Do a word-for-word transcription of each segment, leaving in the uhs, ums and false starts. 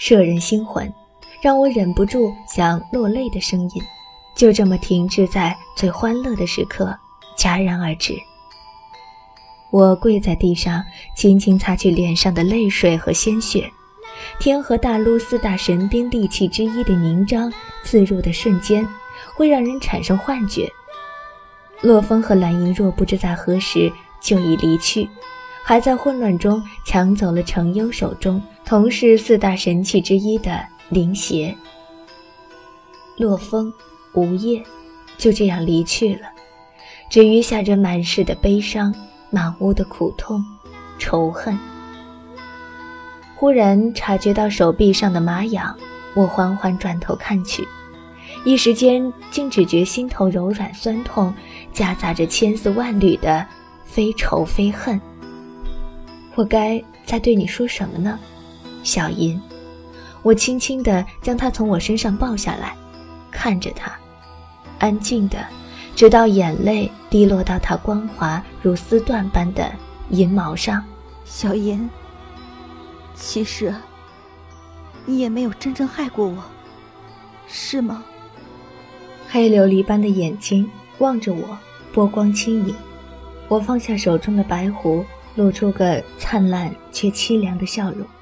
摄人心魂，让我忍不住想落泪的声音，就这么停滞在最欢乐的时刻，戛然而止。我跪在地上，轻轻擦去脸上的泪水和鲜血。天河大陆四大神兵利器之一的凝章刺入的瞬间，会让人产生幻觉。洛风和蓝莹若不知在何时就已离去，还在混乱中抢走了程优手中同是四大神器之一的灵鞋。洛风、无叶就这样离去了，只余下着满室的悲伤，满屋的苦痛、仇恨。忽然察觉到手臂上的麻痒，我缓缓转头看去，一时间竟只觉心头柔软酸痛，夹杂着千丝万缕的非仇非恨。我该在对你说什么呢，小银？我轻轻地将她从我身上抱下来，看着她，安静的直到眼泪滴落到她光滑如丝缎般的银毛上。 小银，其实你也没有真正害过我，是吗？ 黑琉璃般的眼睛望着我，波光轻盈。我放下手中的白狐，露出个灿烂却凄凉的笑容。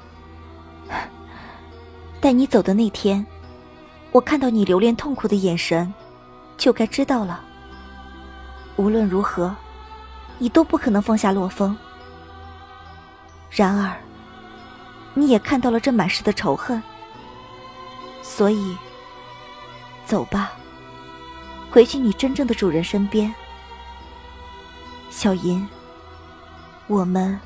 带你走的那天，我看到你留恋痛苦的眼神，就该知道了。无论如何，你都不可能放下洛风。然而你也看到了这满室的仇恨，所以走吧，回去你真正的主人身边。小银，我们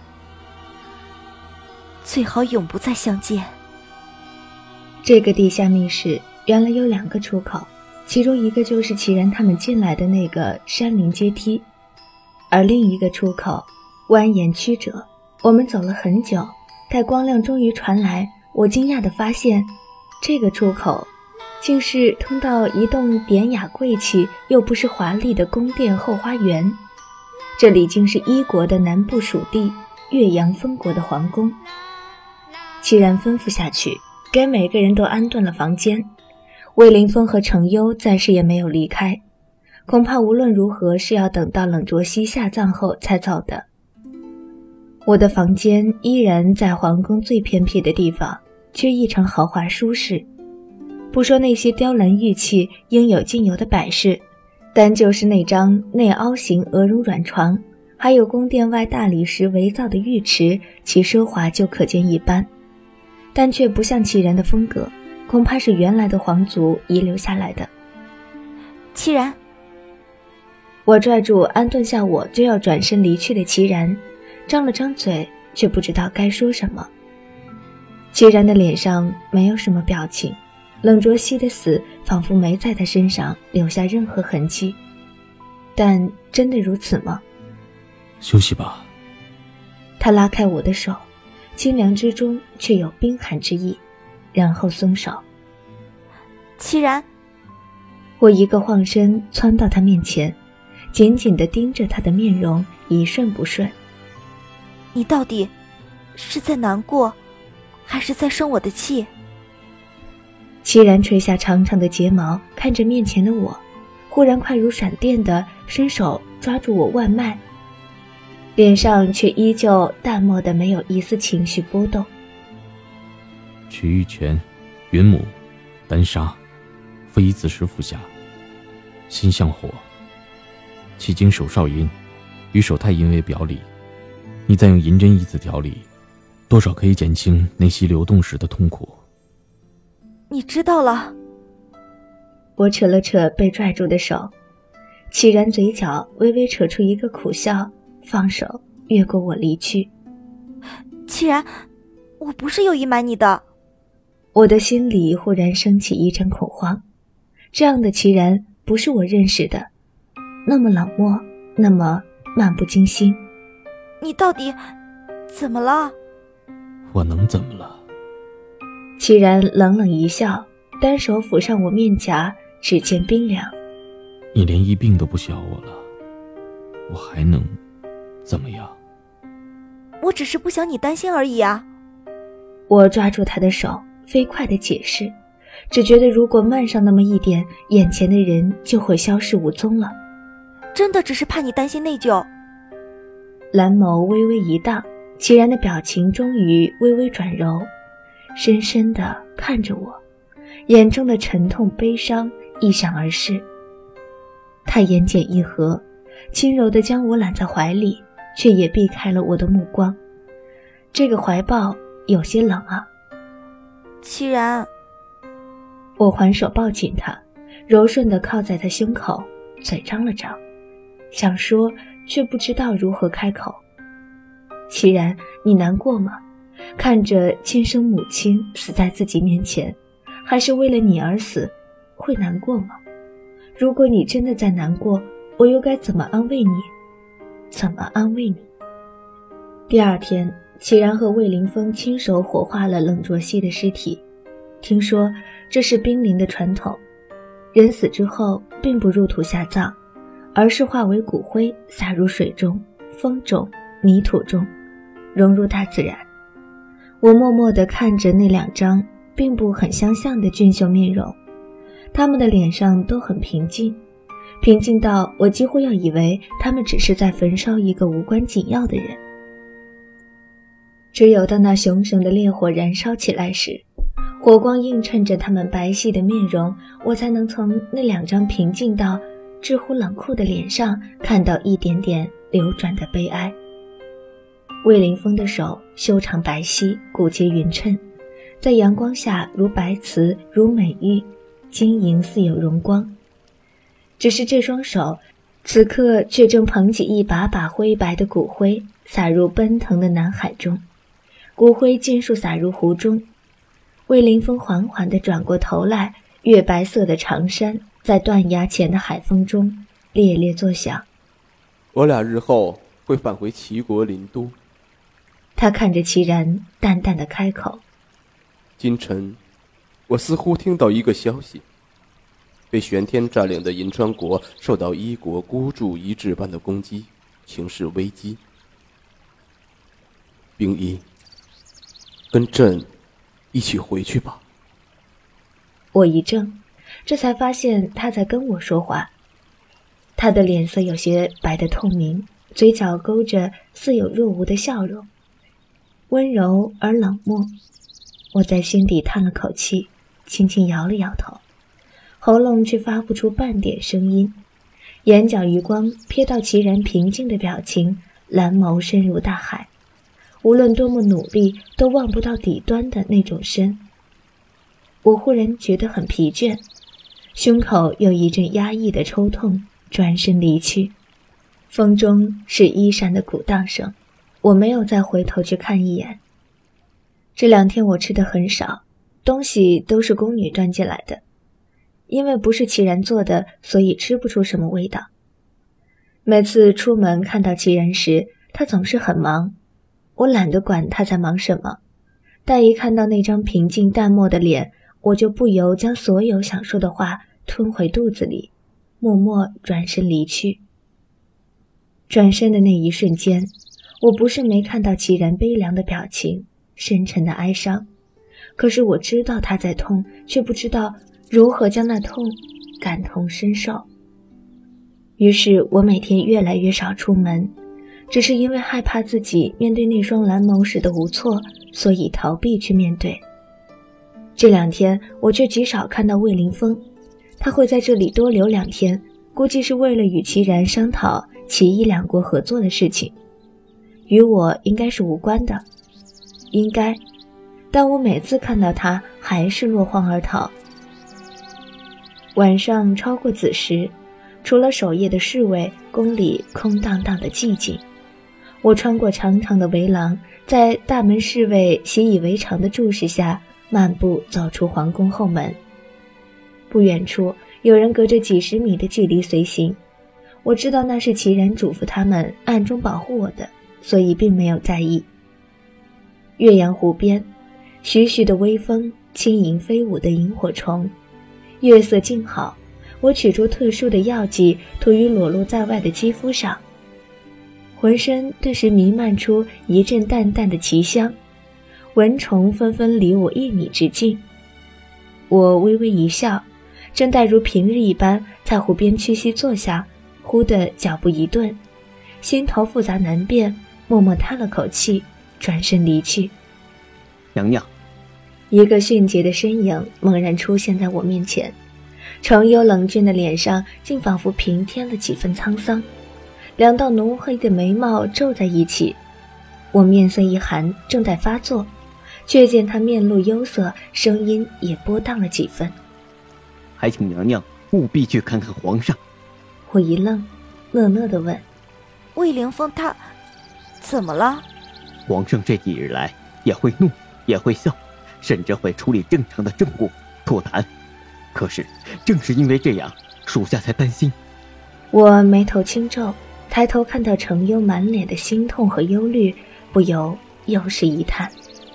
最好永不再相见。 这个地下密室原来有两个出口，其中一个就是齐然他们进来的那个山林阶梯，而另一个出口蜿蜒曲折。我们走了很久，待光亮终于传来，我惊讶地发现，这个出口竟是通到一栋典雅贵气又不失华丽的宫殿后花园。这里竟是伊国的南部属地岳阳封国的皇宫。齐然吩咐下去，给每个人都安顿了房间。魏凌风和程优暂时也没有离开，恐怕无论如何是要等到冷卓熙下葬后才走的。我的房间依然在皇宫最偏僻的地方，却异常豪华舒适。不说那些雕栏玉砌应有尽有的摆饰，单就是那张内凹形鹅绒软床，还有宫殿外大理石围造的浴池，其奢华就可见一斑，但却不像齐然的风格，恐怕是原来的皇族遗留下来的。 齐然， 我拽住安顿下我就要转身离去的齐然，张了张嘴，却不知道该说什么。齐然的脸上没有什么表情，冷卓熙的死仿佛没在他身上留下任何痕迹。但真的如此吗？ 休息吧。 他拉开我的手，清凉之中却有冰寒之意，然后松手。 齐然， 我一个晃身窜到他面前，紧紧地盯着他的面容，一瞬不瞬。 你到底是在难过，还是在生我的气？ 齐然垂下长长的睫毛，看着面前的我，忽然快如闪电地伸手抓住我腕脉，脸上却依旧淡漠的没有一丝情绪波动。 曲玉泉、云母、丹砂，非一子时服下，心向火，其经手少阴，与手太阴为表里，你再用银针一子调理，多少可以减轻内息流动时的痛苦。 你知道了。 我扯了扯被拽住的手，齐然嘴角微微扯出一个苦笑，放手越过我离去。 齐然，我不是有意瞒你的。 我的心里忽然升起一阵恐慌，这样的齐然不是我认识的，那么冷漠，那么漫不经心。 你到底怎么了？ 我能怎么了？ 齐然冷冷一笑，单手抚上我面颊，指尖冰凉。 你连一病都不需要我了，我还能怎么样？ 我只是不想你担心而已啊。 我抓住他的手，飞快地解释，只觉得如果慢上那么一点，眼前的人就会消失无踪了。 真的只是怕你担心内疚。 蓝眸微微一荡，齐然的表情终于微微转柔，深深地看着我，眼中的沉痛悲伤一闪而逝。他眼睑一合，轻柔地将我揽在怀里，却也避开了我的目光。这个怀抱有些冷啊。 齐然， 我还手抱紧他，柔顺地靠在他胸口，嘴张了张，想说却不知道如何开口。齐然，你难过吗？看着亲生母亲死在自己面前，还是为了你而死，会难过吗？如果你真的在难过，我又该怎么安慰你？怎么安慰你？第二天，齐然和魏凌风亲手火化了冷卓熙的尸体。听说这是濒临的传统，人死之后并不入土下葬，而是化为骨灰撒入水中、风中、泥土中，融入大自然。我默默地看着那两张并不很相像的俊秀面容，他们的脸上都很平静，平静到我几乎要以为他们只是在焚烧一个无关紧要的人。只有当那熊熊的烈火燃烧起来时，火光映衬着他们白皙的面容，我才能从那两张平静到至乎冷酷的脸上看到一点点流转的悲哀。魏凌风的手修长白皙，骨节匀称，在阳光下如白瓷，如美玉，晶莹似有荣光。只是这双手此刻却正捧起一把把灰白的骨灰，洒入奔腾的南海中。骨灰尽数洒入湖中，魏凌风缓缓地转过头来，月白色的长衫在断崖前的海风中猎猎作响。 我俩日后会返回齐国临都。 他看着齐然，淡淡的开口： 今晨我似乎听到一个消息，被玄天占领的银川国受到一国孤注一掷般的攻击，情势危机。冰衣，跟朕一起回去吧。 我一怔，这才发现他在跟我说话。他的脸色有些白得透明，嘴角勾着似有若无的笑容，温柔而冷漠。我在心底叹了口气，轻轻摇了摇头，喉咙却发不出半点声音。眼角余光瞥到齐然平静的表情，蓝眸深如大海，无论多么努力都望不到底端的那种深。我忽然觉得很疲倦，胸口有一阵压抑的抽痛，转身离去。风中是衣衫的鼓荡声，我没有再回头去看一眼。这两天我吃的很少，东西都是宫女端进来的，因为不是齐然做的，所以吃不出什么味道。每次出门看到齐然时，他总是很忙，我懒得管他在忙什么，但一看到那张平静淡漠的脸，我就不由将所有想说的话吞回肚子里，默默转身离去。转身的那一瞬间，我不是没看到齐然悲凉的表情，深沉的哀伤，可是我知道他在痛，却不知道如何将那痛感同身受。于是我每天越来越少出门，只是因为害怕自己面对那双蓝眸时的无措，所以逃避去面对。这两天我却极少看到魏凌风，他会在这里多留两天，估计是为了与齐然商讨齐义两国合作的事情，与我应该是无关的，应该，但我每次看到他还是落荒而逃。晚上超过子时，除了守夜的侍卫，宫里空荡荡的寂静。我穿过长长的围廊，在大门侍卫习以为常的注视下，漫步走出皇宫后门。不远处有人隔着几十米的距离随行，我知道那是齐然嘱咐他们暗中保护我的，所以并没有在意。岳阳湖边，徐徐的微风，轻盈飞舞的萤火虫，月色静好，我取出特殊的药剂涂于裸露在外的肌肤上，浑身顿时弥漫出一阵淡淡的奇香。 蚊虫纷纷离我一米之近。我微微一笑，正待如平日一般在湖边屈膝坐下，忽的脚步一顿，心头复杂难辨，默默叹了口气，转身离去。 娘娘， 一个迅捷的身影猛然出现在我面前，程幽冷峻的脸上竟仿佛平添了几分沧桑，两道浓黑的眉毛皱在一起。我面色一寒，正在发作，却见他面露忧色，声音也波荡了几分。 还请娘娘务必去看看皇上。 我一愣，讷讷地问： 魏凌风他怎么了？ 皇上这几日来也会怒也会笑，甚至会处理正常的政务吐痰，可是正是因为这样，属下才担心。 我眉头轻皱，抬头看到程幽满脸的心痛和忧虑，不由又是一叹。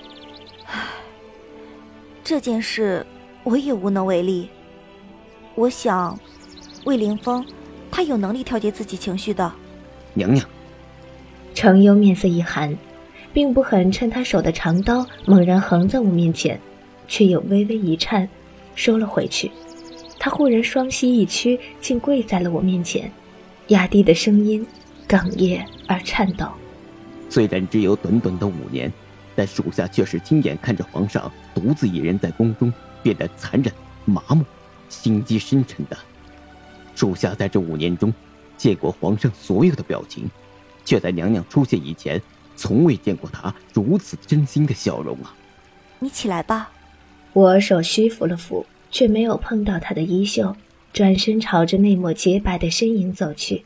这件事我也无能为力。我想魏凌风他有能力调节自己情绪的。 娘娘， 程幽面色一寒，并不狠趁他手的长刀猛然横在我面前，却又微微一颤，收了回去。他忽然双膝一屈，竟跪在了我面前，压低的声音哽咽而颤抖。 虽然只有短短的五年，但属下却是亲眼看着皇上独自一人在宫中变得残忍麻木，心机深沉的。属下在这五年中见过皇上所有的表情，却在娘娘出现以前从未见过他如此真心的笑容啊。 你起来吧。 我手虚扶了扶，却没有碰到他的衣袖，转身朝着那抹洁白的身影走去。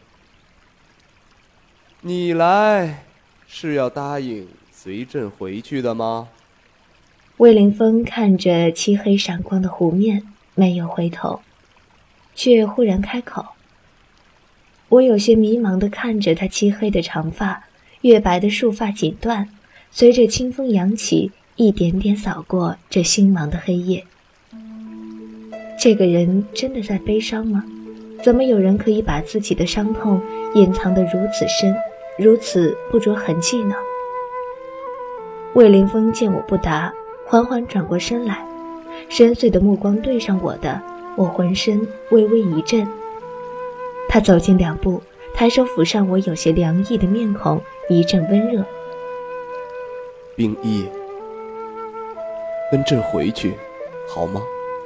你来是要答应随朕回去的吗？ 魏凌风看着漆黑闪光的湖面，没有回头，却忽然开口。我有些迷茫地看着他漆黑的长发，月白的束发锦缎，随着清风扬起，一点点扫过这星茫的黑夜。这个人真的在悲伤吗？怎么有人可以把自己的伤痛隐藏得如此深，如此不着痕迹呢？魏凌风见我不答，缓缓转过身来，深邃的目光对上我的，我浑身微微一震。他走近两步，抬手抚上我有些凉意的面孔，一阵温热。 冰衣，跟朕回去好吗？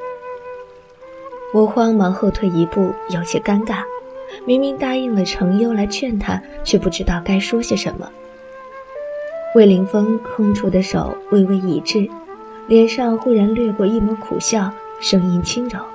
我慌忙后退一步，有些尴尬，明明答应了程幽来劝他，却不知道该说些什么。魏凌风空出的手微微一滞，脸上忽然掠过一抹苦笑，声音轻柔：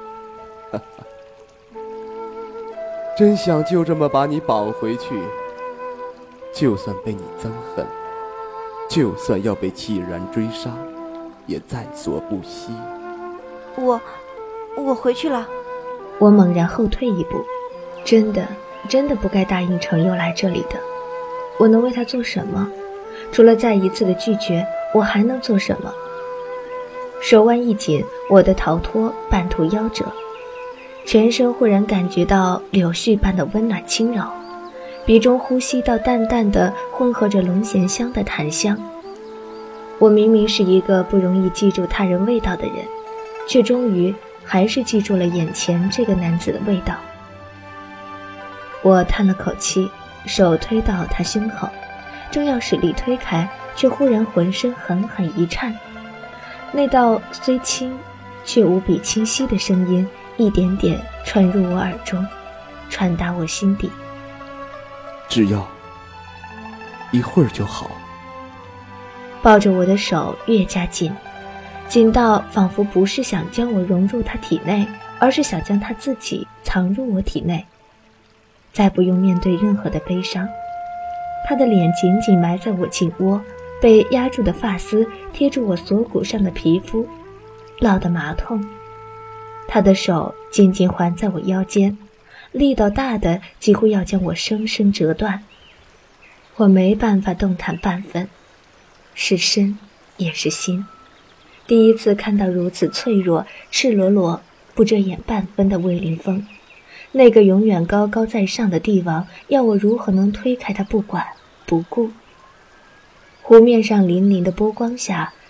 真想就这么把你绑回去，就算被你憎恨，就算要被弃然追杀，也在所不惜。 我我回去了。 我猛然后退一步，真的真的不该答应程幽来这里的。我能为他做什么？除了再一次的拒绝，我还能做什么？手腕一紧，我的逃脱半途夭折，全身忽然感觉到柳絮般的温暖轻柔，鼻中呼吸到淡淡的混合着龙涎香的檀香。我明明是一个不容易记住他人味道的人，却终于还是记住了眼前这个男子的味道。我叹了口气，手推到他胸口，正要使力推开，却忽然浑身狠狠一颤，那道虽轻却无比清晰的声音一点点传入我耳中，传达我心底。 只要一会儿就好。 抱着我的手越加紧，紧到仿佛不是想将我融入他体内，而是想将他自己藏入我体内，再不用面对任何的悲伤。他的脸紧紧埋在我颈窝，被压住的发丝贴住我锁骨上的皮肤，烙得麻痛。他的手紧紧环在我腰间，力道大的几乎要将我生生折断。我没办法动弹半分，是身也是心。第一次看到如此脆弱、赤裸裸、不遮掩半分的魏凌风，那个永远高高在上的帝王，要我如何能推开他不管不顾？湖面上粼粼的波光下，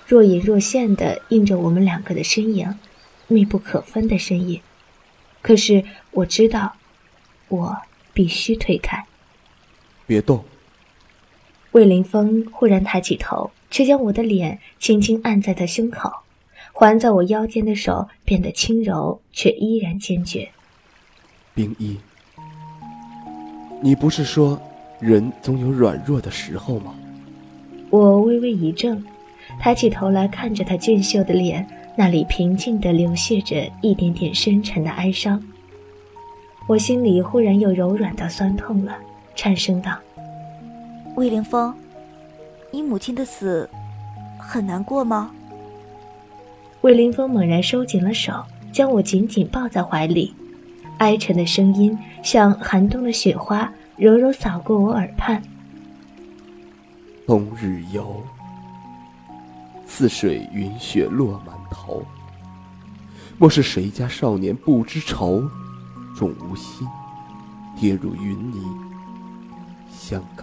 若隐若现地映着我们两个的身影，密不可分的身影。可是我知道，我必须推开。 别动。 魏凌风忽然抬起头，却将我的脸轻轻按在他胸口，环在我腰间的手变得轻柔，却依然坚决。 冰一，你不是说人总有软弱的时候吗？ 我微微一怔，抬起头来看着他俊秀的脸，那里平静地流泻着一点点深沉的哀伤。我心里忽然又柔软到酸痛了，颤声道： 魏凌风，你母亲的死很难过吗？ 魏凌风猛然收紧了手，将我紧紧抱在怀里，哀沉的声音像寒冬的雪花，柔柔扫过我耳畔。 冬日游，似水云雪落满头。莫是谁家少年不知愁，终无心，跌入云泥，相看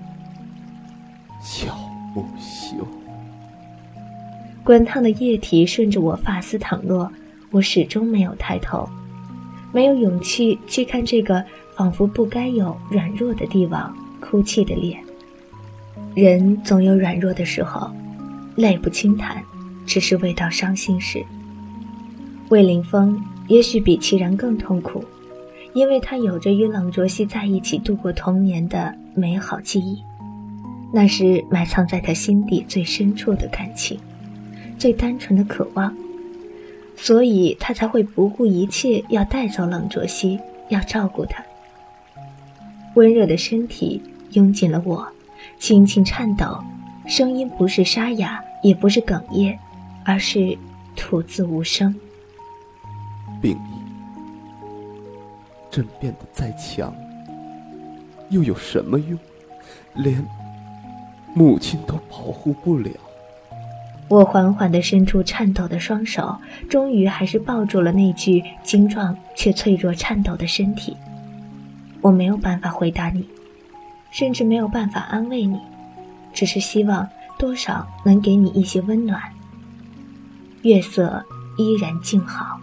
笑不休。 滚烫的液体顺着我发丝淌落，我始终没有抬头，没有勇气去看这个仿佛不该有软弱的帝王哭泣的脸。人总有软弱的时候，泪不轻弹，只是未到伤心时。魏凌风也许比其然更痛苦，因为他有着与冷卓熙在一起度过童年的美好记忆，那是埋藏在他心底最深处的感情，最单纯的渴望，所以他才会不顾一切要带走冷卓熙，要照顾他。温热的身体拥紧了我，轻轻颤抖，声音不是沙哑，也不是哽咽，而是吐字无声。 病意，朕变得再强，又有什么用？连母亲都保护不了。 我缓缓地伸出颤抖的双手，终于还是抱住了那具精壮却脆弱颤抖的身体。我没有办法回答你，甚至没有办法安慰你，只是希望多少能给你一些温暖。月色依然静好。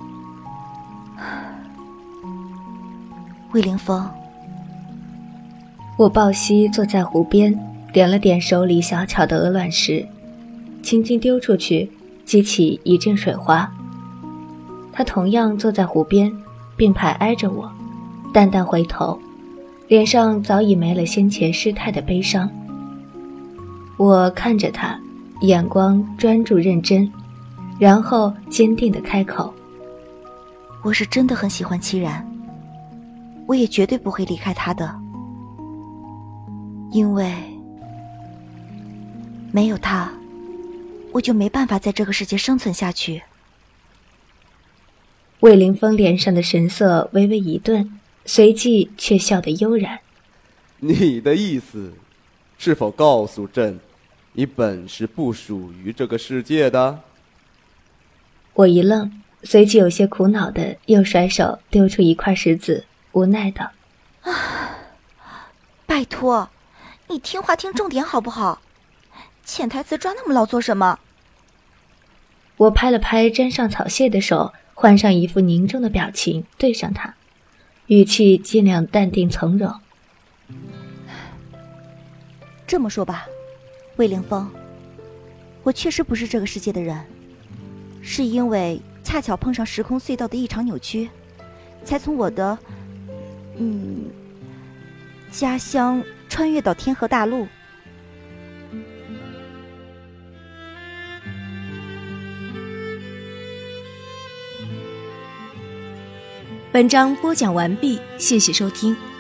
魏凌风， 我抱膝坐在湖边，点了点手里小巧的鹅卵石，轻轻丢出去，激起一阵水花。他同样坐在湖边，并排挨着我，淡淡回头，脸上早已没了先前失态的悲伤。我看着他，眼光专注认真，然后坚定地开口： 我是真的很喜欢戚然，我也绝对不会离开他的，因为没有他，我就没办法在这个世界生存下去。 魏凌风脸上的神色微微一顿，随即却笑得悠然。 你的意思是否告诉朕，你本是不属于这个世界的？ 我一愣，随即有些苦恼的又甩手丢出一块石子，无奈道： 啊，拜托，你听话听重点好不好？潜台词抓那么牢做什么？ 我拍了拍沾上草屑的手，换上一副凝重的表情对上他，语气尽量淡定从容。 这么说吧，魏凌风，我确实不是这个世界的人，是因为恰巧碰上时空隧道的异常扭曲，才从我的嗯家乡穿越到天河大陆。 本章播讲完毕，谢谢收听。